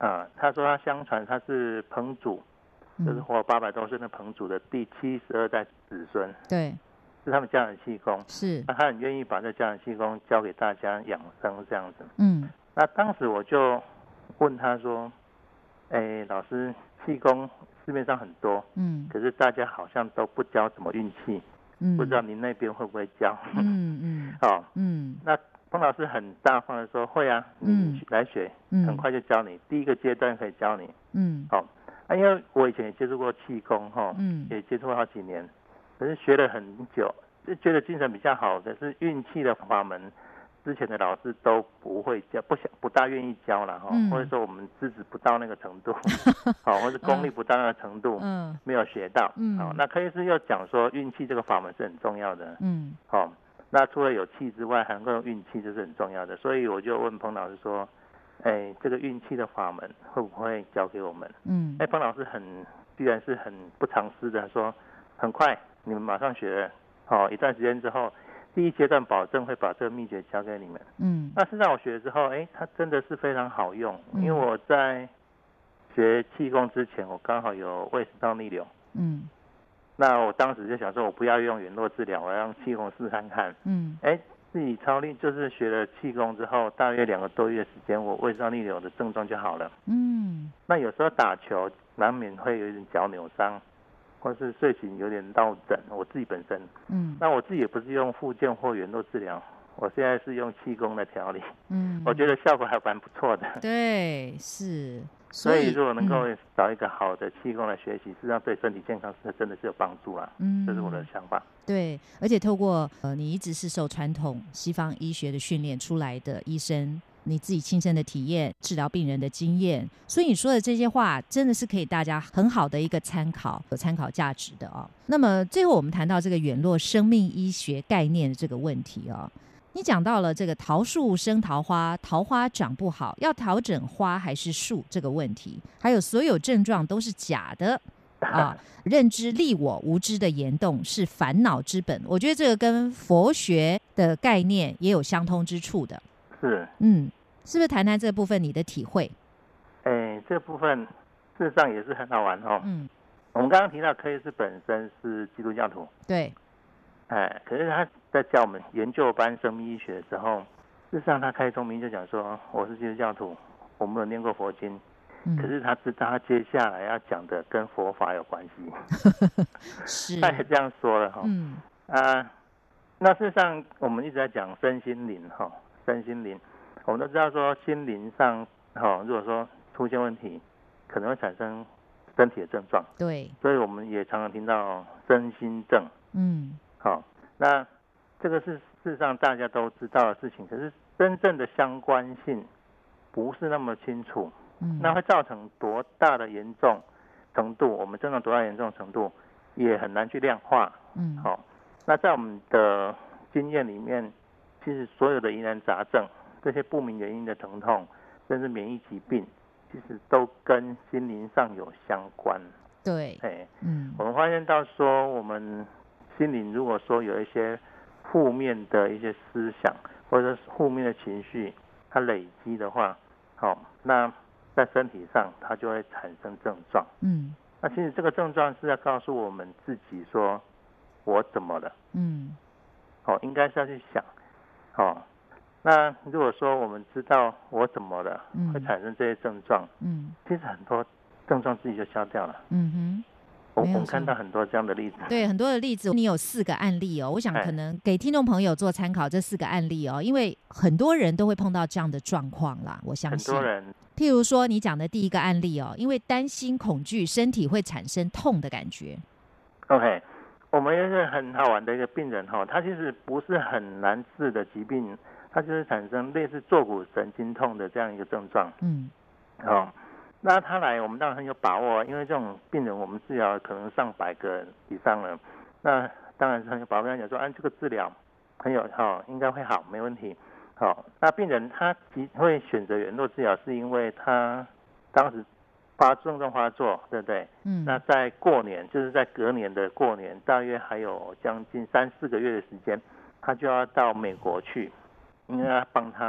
他说他相传他是彭祖，就是活800多岁的彭祖的第72代子孙， 对， 是他们家人气功， 是， 那他很愿意把这家人气功教给大家养生这样子。那当时我就问他说，老师，气功市面上很多，可是大家好像都不教怎么运气，不知道您那边会不会教？那彭老师很大方的说会啊，你来学，很快就教你，第一个阶段可以教你。因为我以前也接触过气功也接触过好几年，可是学了很久，就觉得精神比较好，可是运气的法门，之前的老师都不会教，不大愿意教了或者说我们资质不到那个程度，或者功力不到那个程度，没有学到。那柯医师又讲说运气这个法门是很重要的，那除了有气之外，还能够用运气，这是很重要的。所以我就问彭老师说，这个运气的法门会不会教给我们？彭老师居然是很不藏私的说，很快你们马上学了，一段时间之后，第一阶段保证会把这个秘诀教给你们。那事实上我学了之后，它真的是非常好用，因为我在学气功之前，我刚好有胃食道逆流。那我当时就想说，我不要用远络治疗，我要用气功试看看。自己操练，就是学了气功之后，大约2个多月的时间，我胃食道逆流的症状就好了。那有时候打球难免会有一点脚扭伤，或是睡醒有点落枕，我自己本身。那我自己也不是用复健或远络治疗，我现在是用气功的调理。我觉得效果还蛮不错的。 对，是。 所以如果能够找一个好的气功来学习，事实上对身体健康是真的是有帮助啦。这是我的想法。 对，而且透过你一直是受传统西方医学的训练出来的医生，你自己亲身的体验，治疗病人的经验，所以你说的这些话真的是可以大家很好的一个参考，有参考价值的那么最后我们谈到这个远络生命医学概念的这个问题你讲到了这个桃树生桃花，桃花长不好，要调整花还是树这个问题，还有所有症状都是假的认知利我无知的言动是烦恼之本。我觉得这个跟佛学的概念也有相通之处的。 是， 是不是谈谈这部分你的体会？ 这部分事实上也是很好玩我们刚刚提到柯医师本身是基督教徒， 对， 可是他在教我们研究班生命医学的时候，事实上他开宗明义就讲说，我是基督教徒，我没有念过佛经，可是他知道他接下来要讲的跟佛法有关系， 是， 他也这样说了那事实上我们一直在讲身心灵身心灵，我们都知道说心灵上如果说出现问题，可能会产生身体的症状， 对， 所以我们也常常听到身心症。那这个是事实上大家都知道的事情，可是真正的相关性不是那么清楚。那会造成多大的严重程度，我们症状多大严重程度也很难去量化。那在我们的经验里面，其实所有的疑难杂症，这些不明原因的疼痛，甚至免疫疾病，其实都跟心灵上有相关。 对， 我们发现到说，我们心灵如果说有一些负面的一些思想，或者是负面的情绪，它累积的话，那在身体上它就会产生症状。那其实这个症状是要告诉我们自己说，我怎么了？应该是要去想。那如果说我们知道我怎么了，会产生这些症状，其实很多症状自己就消掉了。我们看到很多这样的例子。 对，很多的例子，你有4个案例我想可能给听众朋友做参考，这4个案例因为很多人都会碰到这样的状况啦，我相信。 很多人， 譬如说你讲的第一个案例因为担心恐惧，身体会产生痛的感觉。 OK， 我们也是很好玩的一个病人他其实不是很难治的疾病，他就是产生类似坐骨神经痛的这样一个症状。那他来，我们当然很有把握，因为这种病人我们治疗可能上100个以上了，那当然是很有把握。跟他讲说，这个治疗很有应该会好，没问题。那病人他会选择远络治疗，是因为他当时症状发作，对不对？那在过年，就是在隔年的过年，大约还有将近3-4个月的时间，他就要到美国去，因为要帮他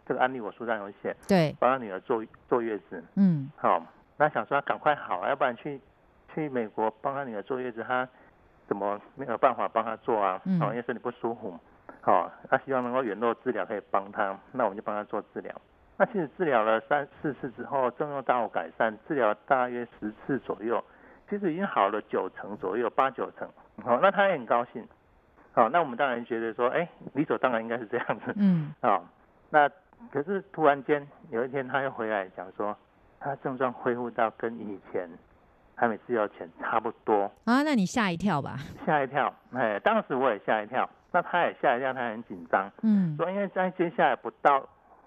这个案例我书上有写， 对， 帮他女儿坐月子，好，那想说他赶快好，要不然去美国帮他女儿坐月子，他怎么没有办法帮他做啊？因为身体不舒服，好，他希望能够远络治疗可以帮他，那我们就帮他做治疗。那其实治疗了3、4次之后，症状大有改善，治疗大约10次左右，其实已经好了90%左右，8、9成。好，那他也很高兴。好，那我们当然觉得说，理所当然应该是这样子。好，那可是突然间有一天他又回来讲说，他症状恢复到跟以前还没治疗前差不多啊。那你吓一跳吧？吓一跳，当时我也吓一跳，那他也吓一跳，他很紧张。说因为在接下来不到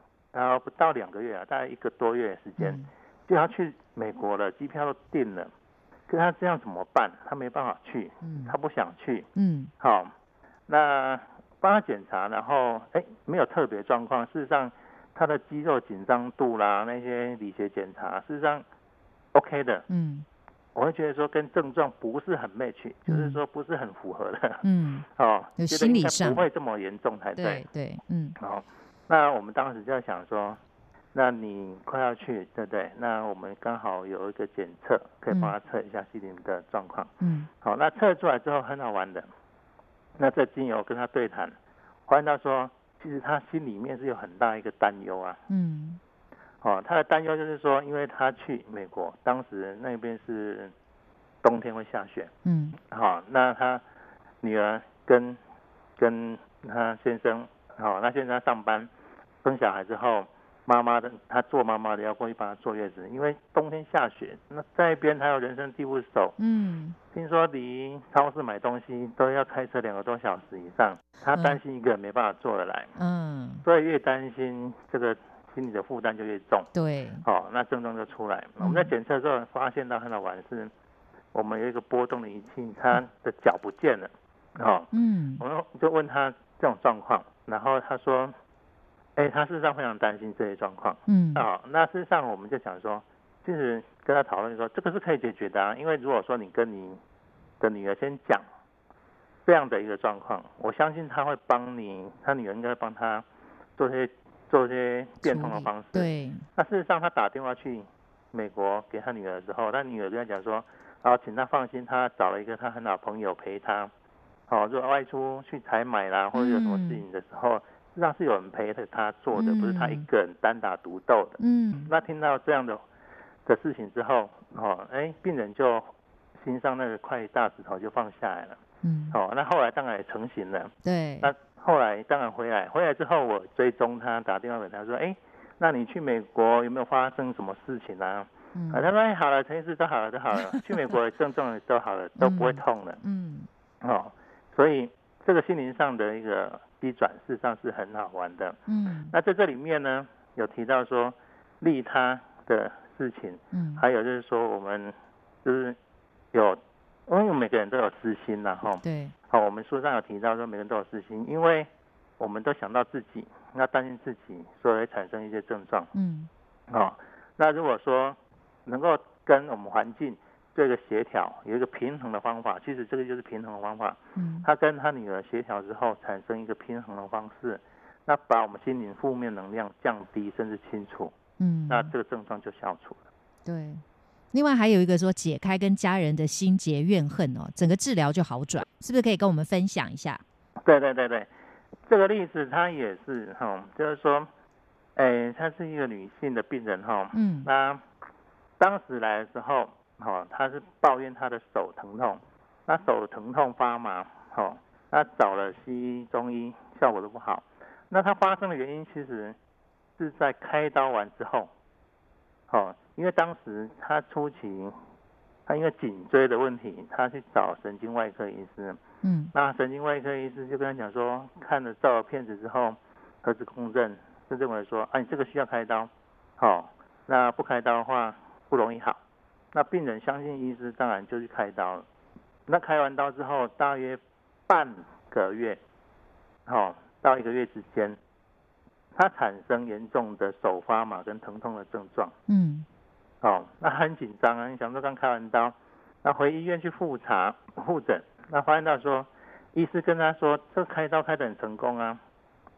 2个月啊，大概1个多月的时间，就要去美国了，机票都订了，可是他这样怎么办？他没办法去，他不想去。好，那帮他检查，然后没有特别状况，事实上他的肌肉紧张度啦，那些理学检查，事实上 OK 的。我会觉得说跟症状不是很 match，就是说不是很符合的。 有心理上不会这么严重才对。 对， 好，那我们当时就在想说，那你快要去，对不对？那我们刚好有一个检测，可以帮他测一下心灵的状况。好，那测出来之后很好玩的。那这经由跟他对谈，发现到说，其实他心里面是有很大一个担忧啊。他的担忧就是说，因为他去美国，当时那边是冬天会下雪。那他女儿跟他先生，那先生上班生小孩之后，他做妈妈的要过去帮他坐月子，因为冬天下雪，那在一边还有人生地不熟。听说离超市买东西都要开车2个多小时以上，他担心一个人没办法做得来。所以越担心这个心理的负担就越重。 对， 那症状就出来。我们在检测之后发现到很好玩的是，我们有一个波动的仪器，他的脚不见了。我们就问他这种状况，然后他说，他事实上非常担心这些状况。那事实上我们就想说，其实跟他讨论说，这个是可以解决的啊，因为如果说你跟你的女儿先讲这样的一个状况，我相信他会帮你，他女儿应该会帮他做些变通的方式。 对。 那事实上他打电话去美国给他女儿之后，他女儿跟他讲说，请他放心，他找了一个他很好的朋友陪他。如果外出去采买啦，或者有什么事情的时候，事实上是有人陪着他做的，不是他一个人单打独斗的。那听到这样的事情之后，病人就心上那个块大石头就放下来了。那后来当然也成型了。 对。 那后来当然回来之后，我追踪他，打电话给他说，那你去美国有没有发生什么事情啊？他说好了，陈医师都好了，去美国的症状都好了，都不会痛了。所以这个心灵上的一个机转，事实上是很好玩的。那在这里面呢，有提到说利他的事情，还有就是说我们就是因为每个人都有私心啦， 对。 我们书上有提到说每个人都有私心，因为我们都想到自己，那担心自己，所以会产生一些症状。那如果说能够跟我们环境做一个协调，有一个平衡的方法，其实这个就是平衡的方法。他跟他女儿协调之后，产生一个平衡的方式，那把我们心灵负面能量降低，甚至清除。那这个症状就消除了。 对。另外还有一个说解开跟家人的心结怨恨整个治疗就好转，是不是可以跟我们分享一下？ 对，这个例子他也是就是说，她是一个女性的病人那当时来的时候，她是抱怨她的手疼痛，那手疼痛发麻，那找了西医中医效果都不好，那她发生的原因其实是在开刀完之后。因为当时他初期，他因为颈椎的问题，他去找神经外科医师。那神经外科医师就跟他讲说，看了照片子之后，核磁共振就认为说，你这个需要开刀。那不开刀的话不容易好。那病人相信医师，当然就去开刀了。那开完刀之后，大约半个月，到1个月之间，他产生严重的手发麻跟疼痛的症状。那很紧张啊！你想说刚开完刀，那回医院去复诊，那发现到说，医师跟他说，这开刀开得很成功啊。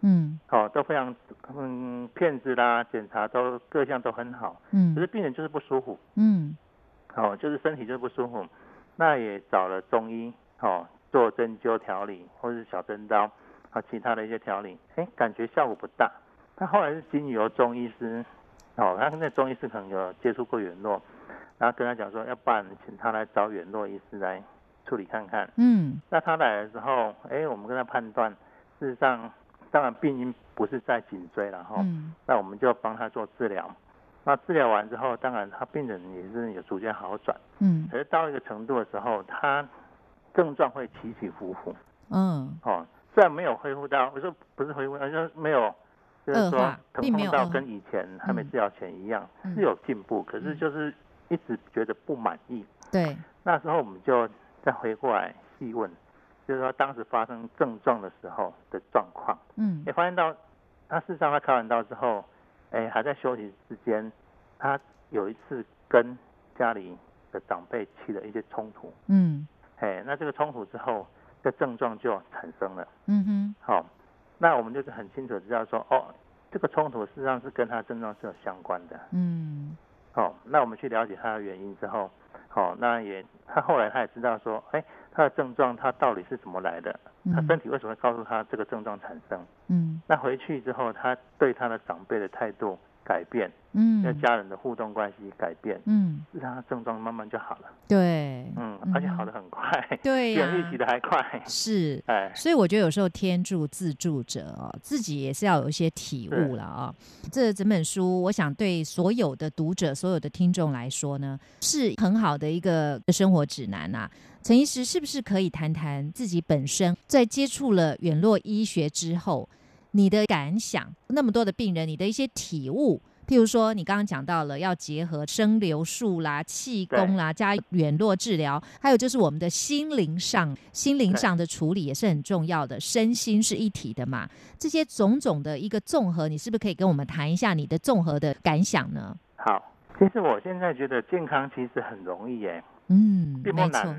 都非常片子啦检查都各项都很好，可是病人就是不舒服，就是身体就是不舒服，那也找了中医做针灸调理或是小针刀其他的一些调理，感觉效果不大。他后来是经由中医师他那中医师可能有接触过远络，然后跟他讲说，要不然请他来找远络医师来处理看看。那他来的时候，我们跟他判断，事实上，当然病因不是在颈椎了那我们就帮他做治疗。那治疗完之后，当然他病人也是有逐渐好转。可是到一个程度的时候，他症状会起起伏伏。虽然没有恢复到，我说不是恢复，就是没有。就是说疼痛到跟以前还没治疗前一样，是有进步，可是就是一直觉得不满意。 对， 那时候我们就再回过来细问，就是说当时发生症状的时候的状况。也发现到他事实上他开完刀之后，还在休息之间，他有一次跟家里的长辈起了一些冲突。那这个冲突之后，这症状就产生了。那我们就是很清楚知道说，这个冲突事实上是跟他的症状是有相关的。那我们去了解他的原因之后，那他后来他也知道说，他的症状他到底是怎么来的，他身体为什么会告诉他这个症状产生。那回去之后，他对他的长辈的态度改变，跟家人的互动关系改变，让他症状慢慢就好了。 对， 而且好得很快， 对呀， 比预期的还快。 是，所以我觉得有时候天助自助者自己也是要有一些体悟了这整本书，我想对所有的读者、所有的听众来说呢，是很好的一个生活指南啊。陈医师是不是可以谈谈自己本身在接触了远络医学之后，你的感想？那么多的病人，你的一些体悟？譬如说你刚刚讲到了要结合生流术啦、气功啦，加远络治疗，还有就是我们的心灵上的处理也是很重要的，身心是一体的嘛。这些种种的一个综合，你是不是可以跟我们谈一下你的综合的感想呢？ 好，其实我现在觉得健康其实很容易并不难。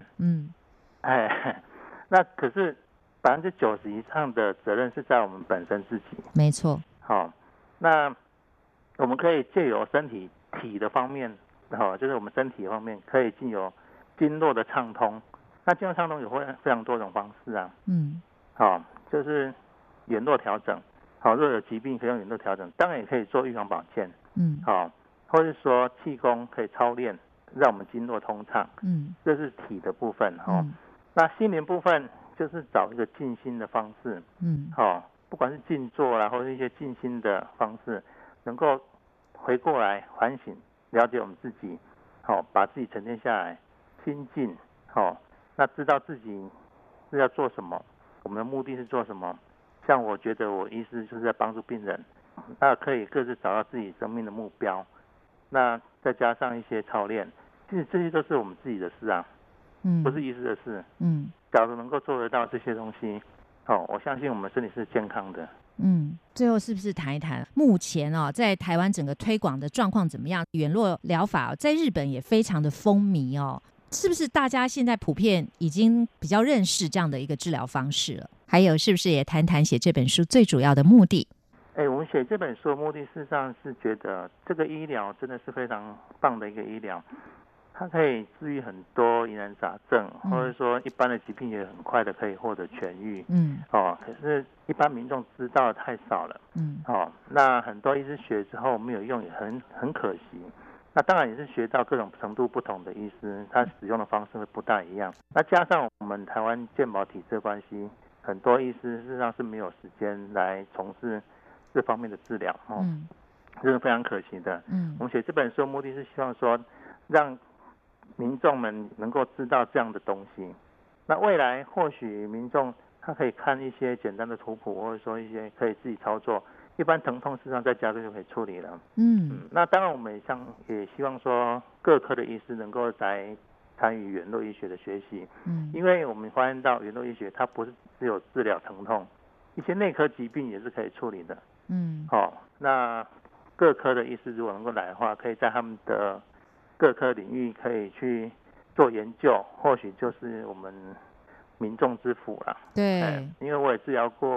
那可是90%以上的责任是在我们本身自己。 没错。 那我们可以借由身体的方面，就是我们身体方面可以经由经络的畅通。那经络畅通有非常多种方式啊。就是远络调整。若有疾病可以用远络调整，当然也可以做预防保健。或是说气功可以操练，让我们经络通畅。这是体的部分。那心灵部分就是找一个静心的方式。不管是静坐啦，或者一些静心的方式，能够回过来反省，了解我们自己，把自己沉淀下来，心静，那知道自己是要做什么，我们的目的是做什么。像我觉得我医师就是在帮助病人，那可以各自找到自己生命的目标，那再加上一些操练，其实这些都是我们自己的事啊，不是医师的事。假如能够做得到这些东西，我相信我们身体是健康的。 最后是不是谈一谈目前在台湾整个推广的状况怎么样？远络疗法在日本也非常的风靡是不是大家现在普遍已经比较认识这样的一个治疗方式了？还有是不是也谈谈写这本书最主要的目的？ 我们写这本书的目的事实上是觉得这个医疗真的是非常棒的一个医疗，它可以治愈很多疑难杂症，或者说一般的疾病也很快的可以获得痊愈。可是一般民众知道的太少了。那很多医师学之后没有用，也很可惜。那当然也是学到各种程度不同的医师，他使用的方式会不大一样。那加上我们台湾健保体制的关系，很多医师事实上是没有时间来从事这方面的治疗。这是非常可惜的。我们写这本书的目的是希望说，让民众们能够知道这样的东西。那未来或许民众他可以看一些简单的图谱，或者说一些可以自己操作，一般疼痛事实上在家就可以处理了。那当然我们也希望说各科的医师能够来参与远络医学的学习。因为我们发现到远络医学它不是只有治疗疼痛，一些内科疾病也是可以处理的。那各科的医师如果能够来的话，可以在他们的各科领域可以去做研究，或许就是我们民众之福了。 对， 因为我也治疗过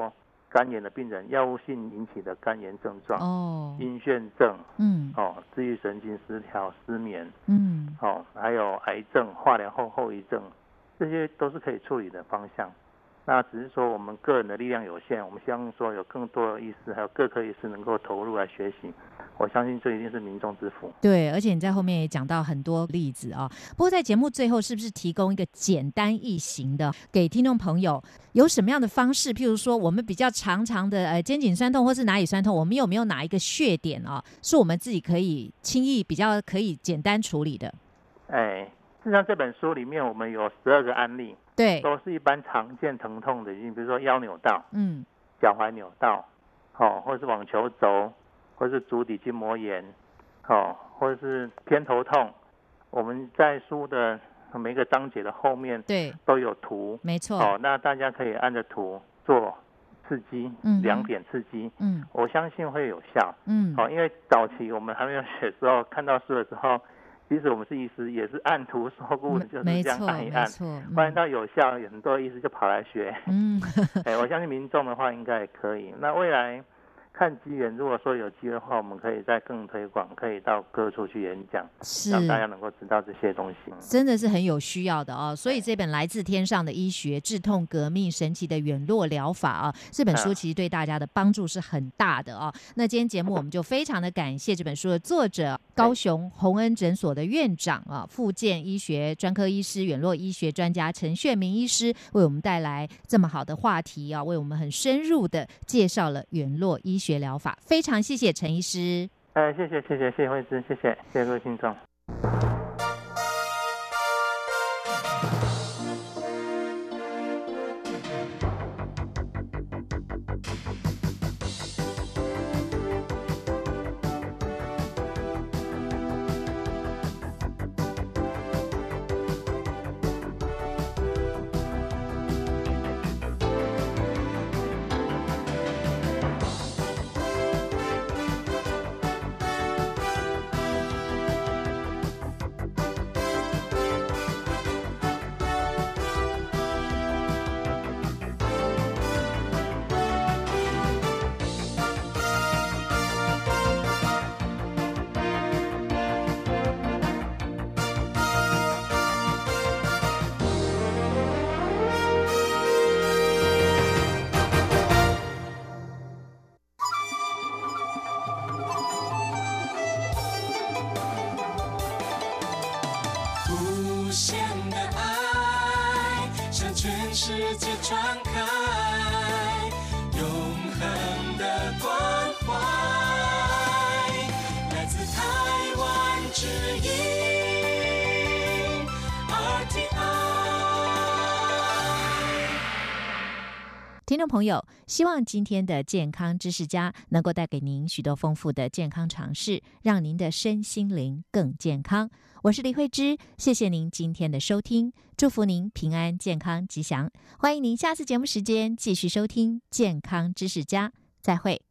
肝炎的病人，药物性引起的肝炎症状，晕眩症，自律神经失调、失眠，还有癌症、化疗后遗症，这些都是可以处理的方向。那只是说我们个人的力量有限，我们希望说有更多的医师还有各科医师能够投入来学习，我相信这一定是民众之福。 对，而且你在后面也讲到很多例子啊。不过在节目最后是不是提供一个简单易行的给听众朋友，有什么样的方式，譬如说我们比较常的肩颈酸痛或是哪里酸痛，我们有没有哪一个穴点啊，是我们自己可以轻易比较可以简单处理的？ 事实上这本书里面我们有12个案例，对，都是一般常见疼痛的，比如说腰扭到，脚踝扭到，或是网球肘，或是足底筋膜炎，或者是偏头痛。我们在书的每一个章节的后面对都有图，没错，那大家可以按着图做刺激，2点刺激，我相信会有效，因为早期我们还没有写的时候，看到书的时候，其实我们是医师，也是按图说故，就是这样按一按，发现到有效，很多医师就跑来学。我相信民众的话应该也可以。那未来看机缘，如果说有机会的话，我们可以再更推广，可以到各处去演讲，让大家能够知道这些东西， 真的是很有需要的哦。所以这本《来自天上的医学：治痛革命神奇的远络疗法》啊，这本书其实对大家的帮助是很大的哦。那今天节目我们就非常的感谢这本书的作者，高雄洪恩诊所的院长啊，复健医学专科医师、远络医学专家陈炫明医师，为我们带来这么好的话题啊，为我们很深入的介绍了远络医学疗法，非常谢谢陈医师。 谢谢慧芝，谢谢各位听众。世界传开，永恒的关怀，来自台湾之音 RTI。 听众朋友，希望今天的健康知识家能够带给您许多丰富的健康常识，让您的身心灵更健康。我是李慧芝，谢谢您今天的收听，祝福您平安健康吉祥，欢迎您下次节目时间继续收听健康知识家，再会。